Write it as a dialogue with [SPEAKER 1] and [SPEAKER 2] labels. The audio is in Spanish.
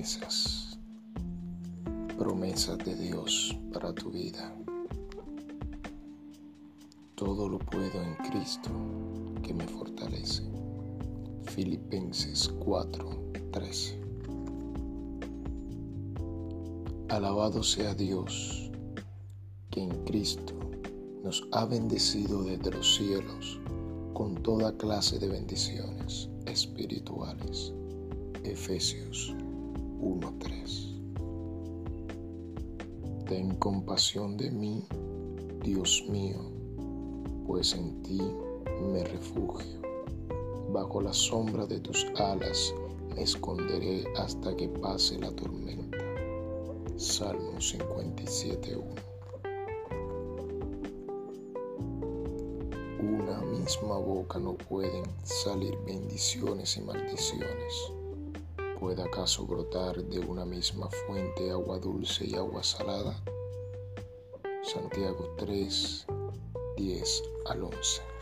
[SPEAKER 1] promesas de Dios para tu vida. Todo lo puedo en Cristo que me fortalece. Filipenses 4:13. Alabado sea Dios, que en Cristo nos ha bendecido desde los cielos con toda clase de bendiciones espirituales. Efesios 1:3. Ten compasión de mí, Dios mío, pues en ti me refugio. Bajo la sombra de tus alas me esconderé hasta que pase la tormenta. Salmo 57:1. Una misma boca no pueden salir bendiciones y maldiciones. ¿Puede acaso brotar de una misma fuente agua dulce y agua salada? Santiago 3:10-11.